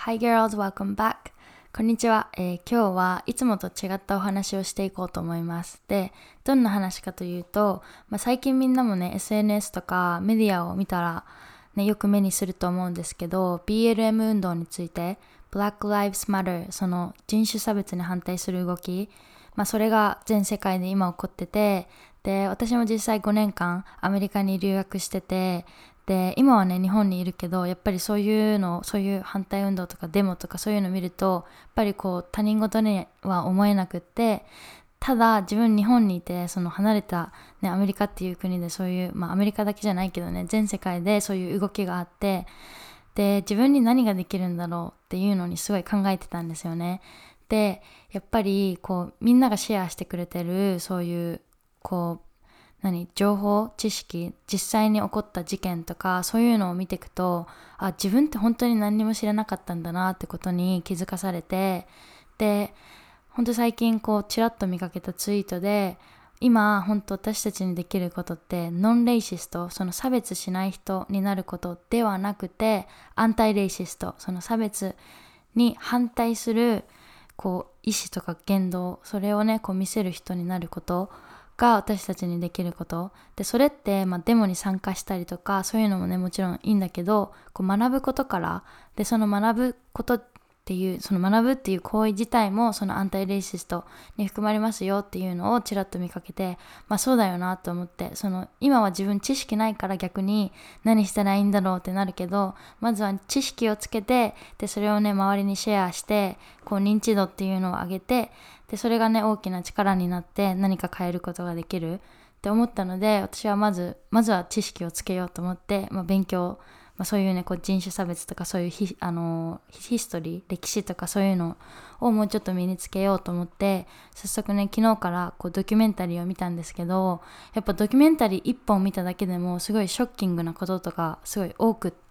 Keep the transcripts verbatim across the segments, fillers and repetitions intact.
Hi girls, welcome back. こんにちは、えー今日はいつもと違ったお話をしていこうと思います。で、どんな話かというと、まあ、最近みんなもね、エスエヌエス とかメディアを見たら、ね、よく目にすると思うんですけど、ビーエルエム 運動について、Black Lives Matter、その人種差別に反対する動き、まあ、それが全世界で今起こってて、で、私も実際ごねんかんアメリカに留学してて、で、今はね、日本にいるけど、やっぱりそういうの、そういう反対運動とかデモとかそういうのを見ると、やっぱりこう他人事には思えなくって、ただ自分日本にいて、その離れた、ね、アメリカっていう国でそういう、まあアメリカだけじゃないけどね、全世界でそういう動きがあって、で、自分に何ができるんだろうっていうのにすごい考えてたんですよね。で、やっぱりこうみんながシェアしてくれてるそういうこう何情報知識実際に起こった事件とかそういうのを見ていくと、あ、自分って本当に何にも知らなかったんだなってことに気づかされて、で本当最近こうちらっと見かけたツイートで、今本当私たちにできることってノンレイシスト、その差別しない人になることではなくて、アンタイレイシスト、その差別に反対するこう意思とか言動、それをねこう見せる人になることが私たちにできることで、それって、まあ、デモに参加したりとかそういうのもねもちろんいいんだけど、こう学ぶことからで、その学ぶことっていうその学ぶっていう行為自体もそのアンタイレイシストに含まれますよっていうのをちらっと見かけて、まあそうだよなと思って、その今は自分知識ないから逆に何したらいいんだろうってなるけど、まずは知識をつけて、でそれをね周りにシェアして、こう認知度っていうのを上げて、でそれがね大きな力になって何か変えることができるって思ったので、私はまずまずは知識をつけようと思って、まあ、勉強、まあ、そういうねこう人種差別とかそういうヒ、あのーヒストリー歴史とかそういうのをもうちょっと身につけようと思って、早速ね昨日からこうドキュメンタリーを見たんですけど、やっぱドキュメンタリー一本見ただけでもすごいショッキングなこととかすごい多くって、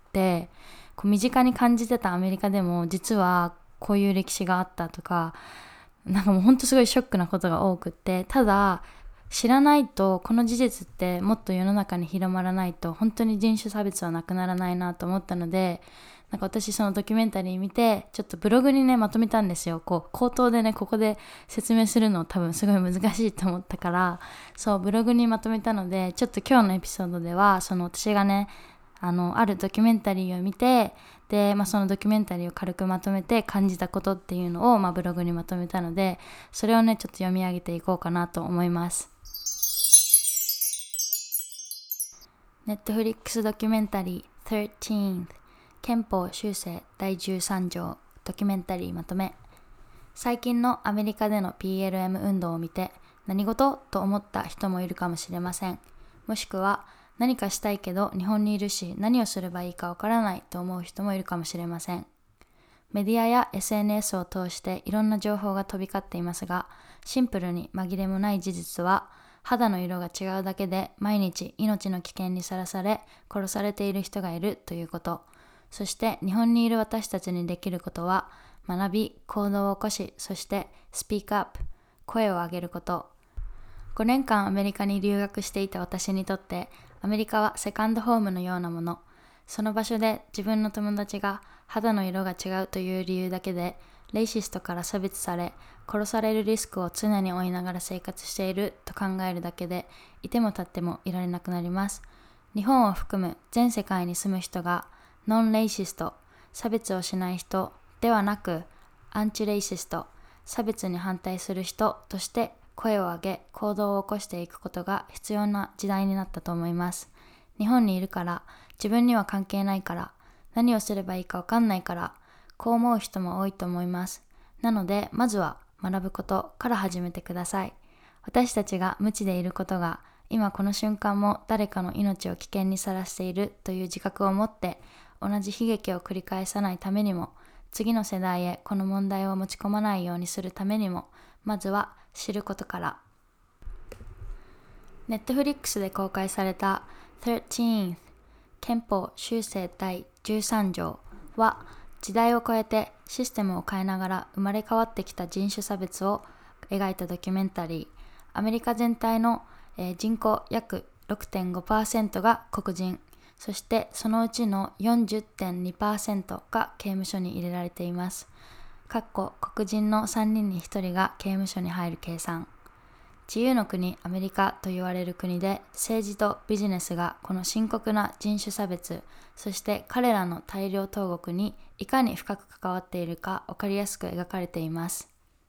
こう身近に感じてたアメリカでも実はこういう歴史があったとか、なんかもうほんとすごいショックなことが多くって、ただ知らないとこの事実ってもっと世の中に広まらないと本当に人種差別はなくならないなと思ったので、なんか私そのドキュメンタリー見てちょっとブログにねまとめたんですよ。こう口頭でねここで説明するの多分すごい難しいと思ったから、そうブログにまとめたので、ちょっと今日のエピソードではその私がねあのあるドキュメンタリーを見て、で、まあ、そのドキュメンタリーを軽くまとめて感じたことっていうのを、まあ、ブログにまとめたので、それをねちょっと読み上げていこうかなと思います。ネットフリックスドキュメンタリーじゅうさん憲法修正だいじゅうさん条ドキュメンタリーまとめ。最近のアメリカでの ビーエルエム 運動を見て何事と思った人もいるかもしれません。もしくは何かしたいけど日本にいるし何をすればいいかわからないと思う人もいるかもしれません。メディアや エスエヌエス を通していろんな情報が飛び交っていますが、シンプルに紛れもない事実は、肌の色が違うだけで毎日命の危険にさらされ殺されている人がいるということ。そして日本にいる私たちにできることは、学び、行動を起こし、そしてスピークアップ、声を上げること。ごねんかんアメリカに留学していた私にとって、アメリカはセカンドホームのようなもの。その場所で自分の友達が肌の色が違うという理由だけで、レイシストから差別され、殺されるリスクを常に負いながら生活していると考えるだけで、いても立ってもいられなくなります。日本を含む全世界に住む人が、ノンレイシスト、差別をしない人ではなく、アンチレイシスト、差別に反対する人として声を上げ行動を起こしていくことが必要な時代になったと思います。日本にいるから、自分には関係ないから、何をすればいいかわかんないから、こう思う人も多いと思います。なのでまずは学ぶことから始めてください。私たちが無知でいることが今この瞬間も誰かの命を危険にさらしているという自覚を持って、同じ悲劇を繰り返さないためにも、次の世代へこの問題を持ち込まないようにするためにも、まずは知ることから。ネットフリックスで公開されたじゅうさん憲法修正だいじゅうさん条は、時代を超えてシステムを変えながら生まれ変わってきた人種差別を描いたドキュメンタリー。アメリカ全体の、えー、人口約 ろくてんごパーセント が黒人、 そしてそのうちの よんじゅってんにパーセント が刑務所に入れられています。かっこ黒人のさんにんにひとりが刑務所に入る計算。自由の国アメリカと言われる国で、政治とビジネスがこの深刻な人種差別、そして彼らの大量投獄にいかに深く関わっているか分かりやすく描かれています。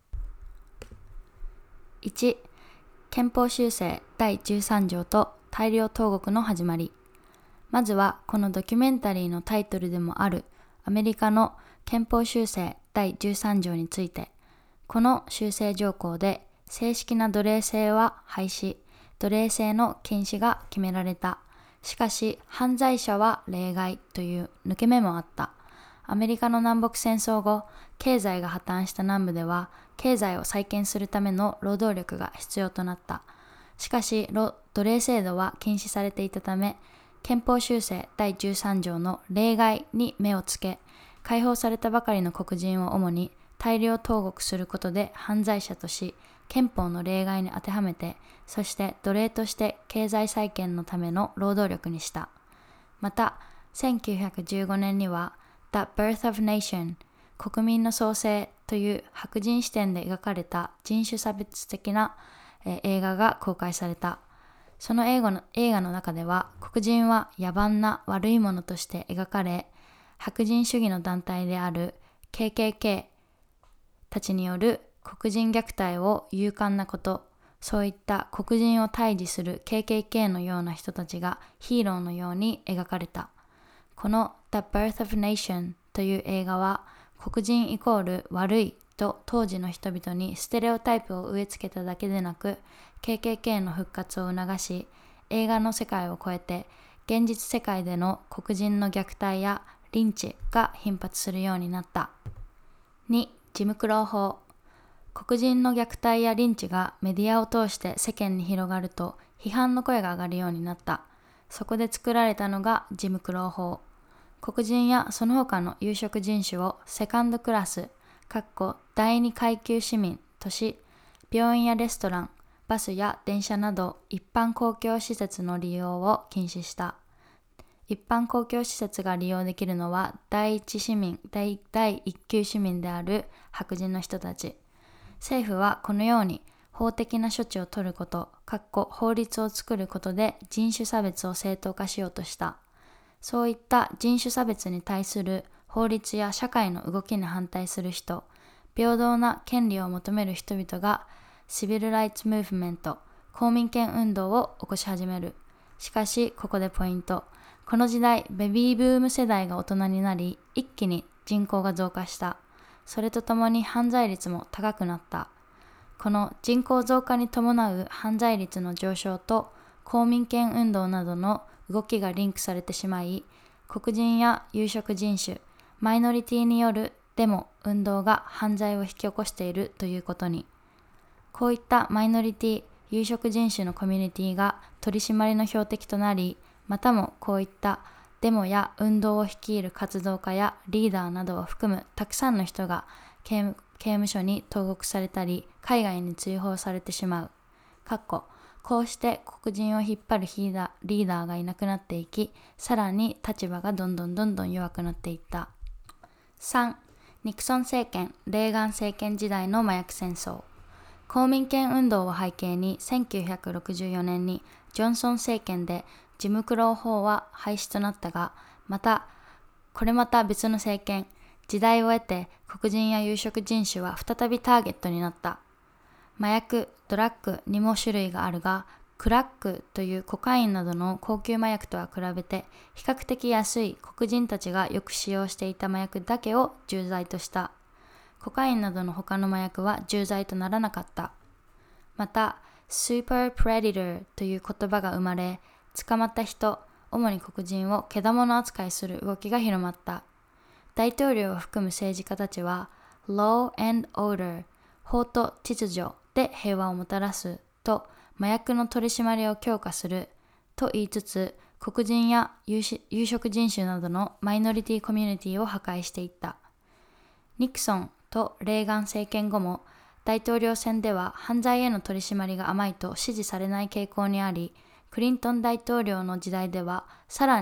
いち、憲法修正だいじゅうさん条と大量投獄の始まり。まずはこのドキュメンタリーのタイトルでもあるアメリカの憲法修正だいじゅうさん条について、この修正条項で正式な奴隷制は廃止、奴隷制の禁止が決められた。しかし犯罪者は例外という抜け目もあった。アメリカの南北戦争後、経済が破綻した南部では経済を再建するための労働力が必要となった。しかし奴隷制度は禁止されていたため、憲法修正だいじゅうさん条の例外に目をつけ、解放されたばかりの黒人を主に大量投獄することで犯罪者とし、憲法の例外に当てはめて、そして奴隷として経済再建のための労働力にした。また、せんきゅうひゃくじゅうごねんには The Birth of Nation 国民の創生という白人視点で描かれた人種差別的な、えー、映画が公開された。その映画の、映画の中では黒人は野蛮な悪いものとして描かれ、白人主義の団体である ケーケーケー たちによる黒人虐待を勇敢なこと、そういった黒人を退治する ケーケーケー のような人たちがヒーローのように描かれた。この The Birth of Nation という映画は、黒人イコール悪いと当時の人々にステレオタイプを植え付けただけでなく、ケーケーケー の復活を促し、映画の世界を超えて現実世界での黒人の虐待やリンチが頻発するようになった。に、ジムクロー法。黒人の虐待やリンチがメディアを通して世間に広がると批判の声が上がるようになった。そこで作られたのがジムクロー法。黒人やその他の有色人種をセカンドクラス、かっこ第二階級市民とし、病院やレストラン、バスや電車など一般公共施設の利用を禁止した。一般公共施設が利用できるのは第一市民、第, 第一級市民である白人の人たち。政府はこのように法的な処置を取ること、かっこ法律を作ることで人種差別を正当化しようとした。そういった人種差別に対する法律や社会の動きに反対する人、平等な権利を求める人々がシビルライツムーブメント、公民権運動を起こし始める。しかしここでポイント。この時代、ベビーブーム世代が大人になり、一気に人口が増加した。それとともに犯罪率も高くなった。この人口増加に伴う犯罪率の上昇と公民権運動などの動きがリンクされてしまい、黒人や有色人種、マイノリティによるデモ、運動が犯罪を引き起こしているということに。こういったマイノリティ、有色人種のコミュニティが取り締まりの標的となり、またもこういったデモや運動を率いる活動家やリーダーなどを含むたくさんの人が刑務、刑務所に投獄されたり海外に追放されてしまう。かっここうして黒人を引っ張るリーダー、リーダーがいなくなっていき、さらに立場がどんどんどんどん弱くなっていった。さん. ニクソン政権、レーガン政権時代の麻薬戦争。公民権運動を背景にせんきゅうひゃくろくじゅうよねんにジョンソン政権でジムクロー法は廃止となったが、またこれまた別の政権、時代を経て黒人や有色人種は再びターゲットになった。麻薬、ドラッグにも種類があるが、クラックというコカインなどの高級麻薬とは比べて比較的安い黒人たちがよく使用していた麻薬だけを重罪とした。コカインなどの他の麻薬は重罪とならなかった。また、スーパープレディターという言葉が生まれ、捕まった人、主に黒人をけだもの扱いする動きが広まった。大統領を含む政治家たちは Law and Order 法と秩序で平和をもたらすと麻薬の取り締まりを強化すると言いつつ、黒人や有色人種などのマイノリティコミュニティを破壊していった。ニクソンとレーガン政権後も大統領選では犯罪への取り締まりが甘いと支持されない傾向にあり、クリントン大統領の時代ではさらに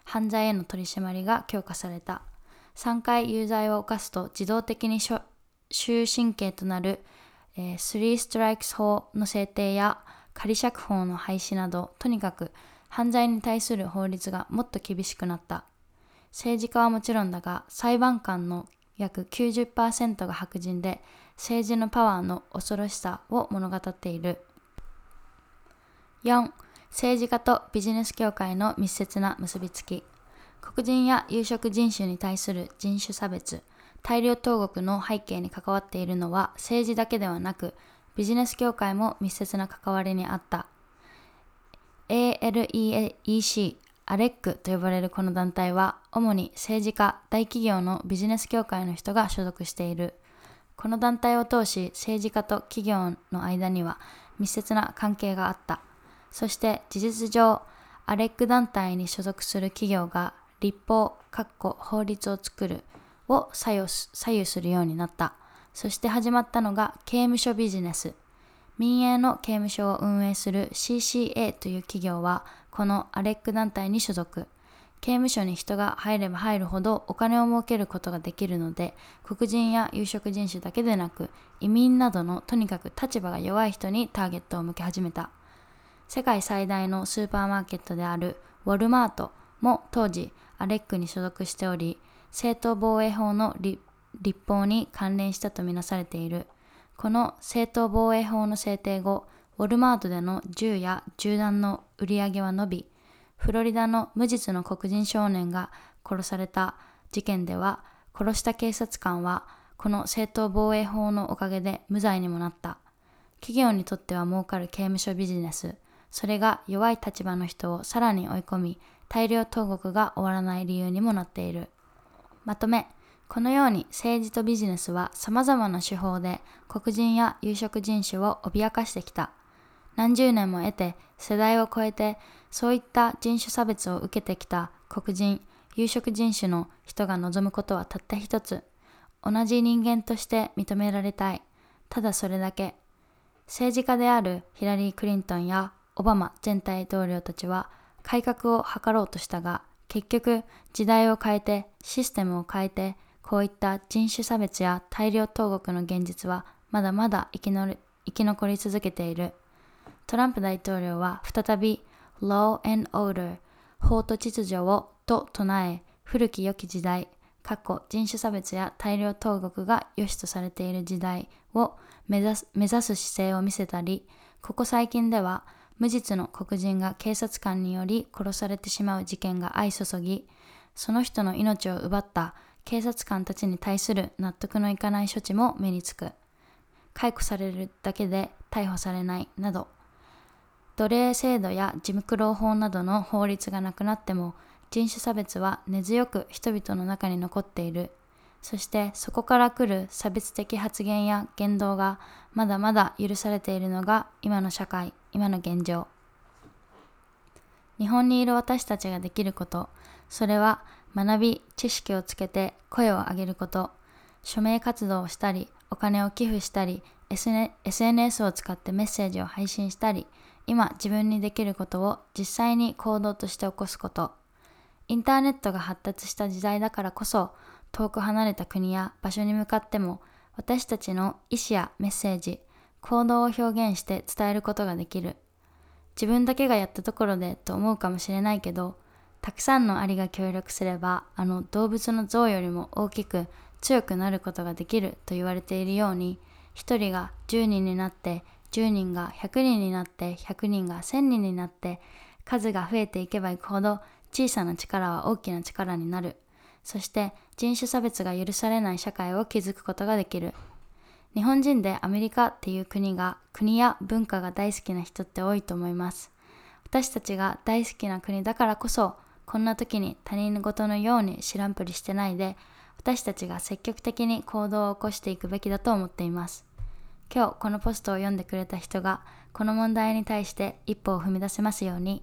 犯罪への取り締まりが強化された。さんかい有罪を犯すと自動的に終身刑となる、えー、スリーストライクス法の制定や仮釈放の廃止など、とにかく犯罪に対する法律がもっと厳しくなった。政治家はもちろんだが、裁判官の約 きゅうじゅっパーセント が白人で、政治のパワーの恐ろしさを物語っている。よん. 政治家とビジネス業界の密接な結びつき。黒人や有色人種に対する人種差別、大量投獄の背景に関わっているのは政治だけではなく、ビジネス業界も密接な関わりにあった。エーエルイーイーシー、アレックと呼ばれるこの団体は、主に政治家、大企業のビジネス業界の人が所属している。この団体を通し、政治家と企業の間には密接な関係があった。そして事実上、アレック団体に所属する企業が立法、法律を作るを左右す、左右するようになった。そして始まったのが刑務所ビジネス。民営の刑務所を運営する シーシーエー という企業は、このアレック団体に所属。刑務所に人が入れば入るほどお金を儲けることができるので、黒人や有色人種だけでなく、移民などのとにかく立場が弱い人にターゲットを向け始めた。世界最大のスーパーマーケットであるウォルマートも当時アレックに所属しており、正当防衛法の立法に関連したとみなされている。この正当防衛法の制定後、ウォルマートでの銃や銃弾の売り上げは伸び、フロリダの無実の黒人少年が殺された事件では、殺した警察官はこの正当防衛法のおかげで無罪にもなった。企業にとっては儲かる刑務所ビジネス、それが弱い立場の人をさらに追い込み、大量投獄が終わらない理由にもなっている。まとめ、このように政治とビジネスは様々な手法で黒人や有色人種を脅かしてきた。何十年も得て世代を超えてそういった人種差別を受けてきた黒人、有色人種の人が望むことはたった一つ。同じ人間として認められたい。ただそれだけ。政治家であるヒラリー・クリントンやオバマ前大統領たちは改革を図ろうとしたが、結局時代を変えてシステムを変えて、こういった人種差別や大量投獄の現実はまだまだ生きのる生き残り続けている。トランプ大統領は再び Law and Order 法と秩序をと唱え、古き良き時代、過去人種差別や大量投獄が良しとされている時代を目指す、目指す姿勢を見せたり、ここ最近では無実の黒人が警察官により殺されてしまう事件が相注ぎ、その人の命を奪った警察官たちに対する納得のいかない処置も目につく。解雇されるだけで逮捕されないなど、奴隷制度やジムクロー法などの法律がなくなっても、人種差別は根強く人々の中に残っている。そしてそこから来る差別的発言や言動がまだまだ許されているのが今の社会、今の現状。日本にいる私たちができること、それは学び、知識をつけて声を上げること、署名活動をしたり、お金を寄付したり、エスエヌエス を使ってメッセージを配信したり、今自分にできることを実際に行動として起こすこと。インターネットが発達した時代だからこそ、遠く離れた国や場所に向かっても、私たちの意思やメッセージ、行動を表現して伝えることができる。自分だけがやったところでと思うかもしれないけど、たくさんのアリが協力すれば、あの動物の象よりも大きく強くなることができると言われているように、一人がじゅうにんになって、じゅうにんがひゃくにんになって、ひゃくにんがせんにんになって、数が増えていけばいくほど、小さな力は大きな力になる。そして人種差別が許されない社会を築くことができる。日本人でアメリカっていう国が、国や文化が大好きな人って多いと思います。私たちが大好きな国だからこそ、こんな時に他人事のように知らんぷりしてないで、私たちが積極的に行動を起こしていくべきだと思っています。今日このポストを読んでくれた人が、この問題に対して一歩を踏み出せますように。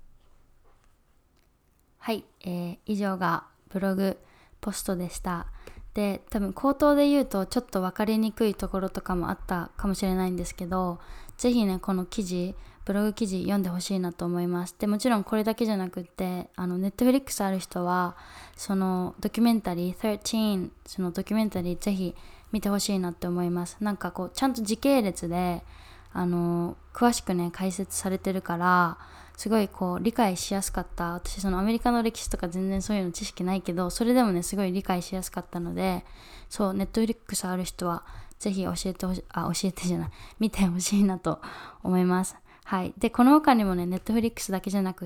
はい、えー、以上がブログポストでした。で、多分口頭で言うとちょっと分かりにくいところとかもあったかもしれないんですけど、ぜひね、この記事ブログ記事読んでほしいなと思います。でもちろんこれだけじゃなくって、あのネットフリックスある人はそのドキュメンタリーじゅうさん、そのドキュメンタリーぜひ見てほしいなって思います。なんかこうちゃんと時系列であの詳しくね解説されてるから、すごいこう理解しやすかった。私そのアメリカの歴史とか全然そういうの知識ないけど、それでもねすごい理解しやすかったので、そうネットフリックスある人はぜひ教えてほしあ教えてじゃない見てほしいなと思います。はい。でこの他にもねネットフリックスだけじゃなくって、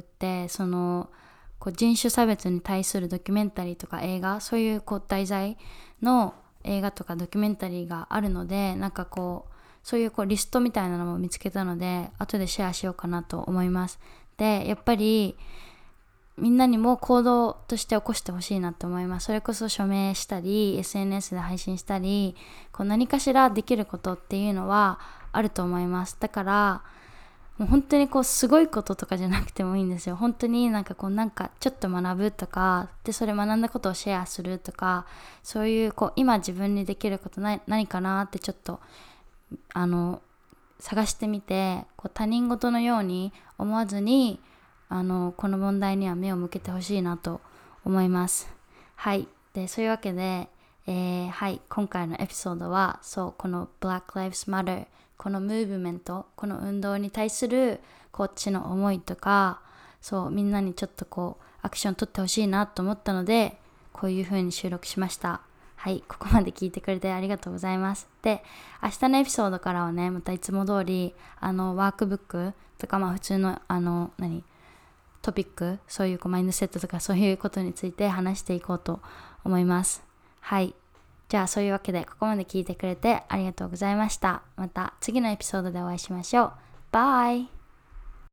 そのこう人種差別に対するドキュメンタリーとか映画、そういうこう題材の映画とかドキュメンタリーがあるので、なんかこうそういうこうリストみたいなのも見つけたので、後でシェアしようかなと思います。でやっぱりみんなにも行動として起こしてほしいなと思います。それこそ署名したり エスエヌエス で配信したり、こう何かしらできることっていうのはあると思います。だからもう本当にこうすごいこととかじゃなくてもいいんですよ。本当になんかこうなんかちょっと学ぶとかで、それ学んだことをシェアするとか、そういうこう今自分にできることな何かなってちょっとあの探してみて、こう他人事のように思わずにあのこの問題には目を向けてほしいなと思います。はい。でそういうわけで、えー、はい今回のエピソードはそうこの Black Lives Matter、 このムーブメント、この運動に対するこっちの思いとか、そうみんなにちょっとこうアクション取ってほしいなと思ったので、こういう風に収録しました。はい、ここまで聞いてくれてありがとうございます。で、明日のエピソードからはね、またいつも通りあのワークブックとか、まあ普通のあの何トピック、そういうこうマインドセットとかそういうことについて話していこうと思います。はい、じゃあそういうわけでここまで聞いてくれてありがとうございました。また次のエピソードでお会いしましょう。バイ。